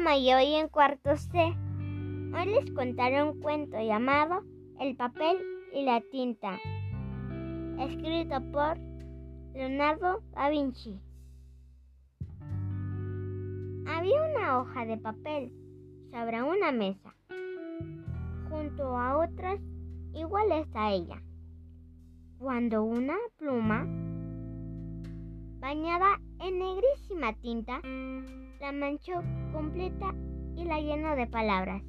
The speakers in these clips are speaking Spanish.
Mayo y en cuarto C. Hoy les contaré un cuento llamado El papel y la tinta, escrito por Leonardo da Vinci. Había una hoja de papel sobre una mesa, junto a otras iguales a ella, cuando una pluma, bañada en negrísima tinta, la manchó completa y la llenó de palabras.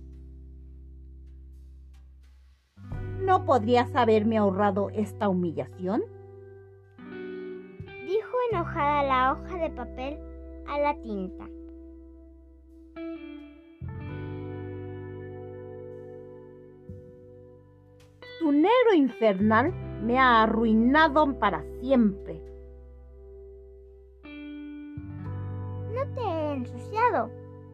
¿No podrías haberme ahorrado esta humillación?, dijo enojada la hoja de papel a la tinta. Tu negro infernal me ha arruinado para siempre. No te he ensuciado,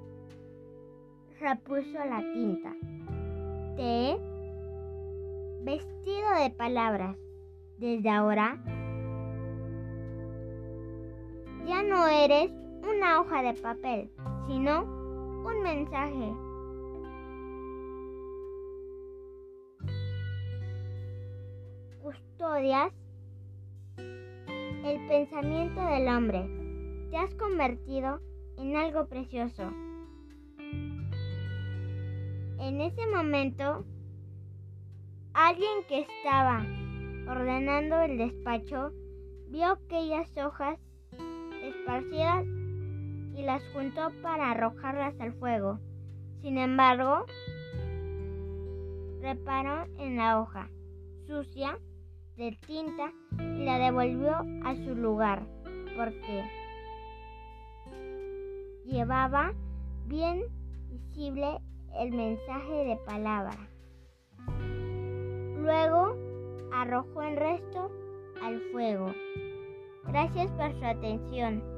repuso la tinta. Te he vestido de palabras. Desde ahora ya no eres una hoja de papel, sino un mensaje. Custodias el pensamiento del hombre. Te has convertido en algo precioso. En ese momento, alguien que estaba ordenando el despacho vio aquellas hojas esparcidas y las juntó para arrojarlas al fuego. Sin embargo, reparó en la hoja sucia de tinta y la devolvió a su lugar porque llevaba bien visible el mensaje de palabra. Luego arrojó el resto al fuego. Gracias por su atención.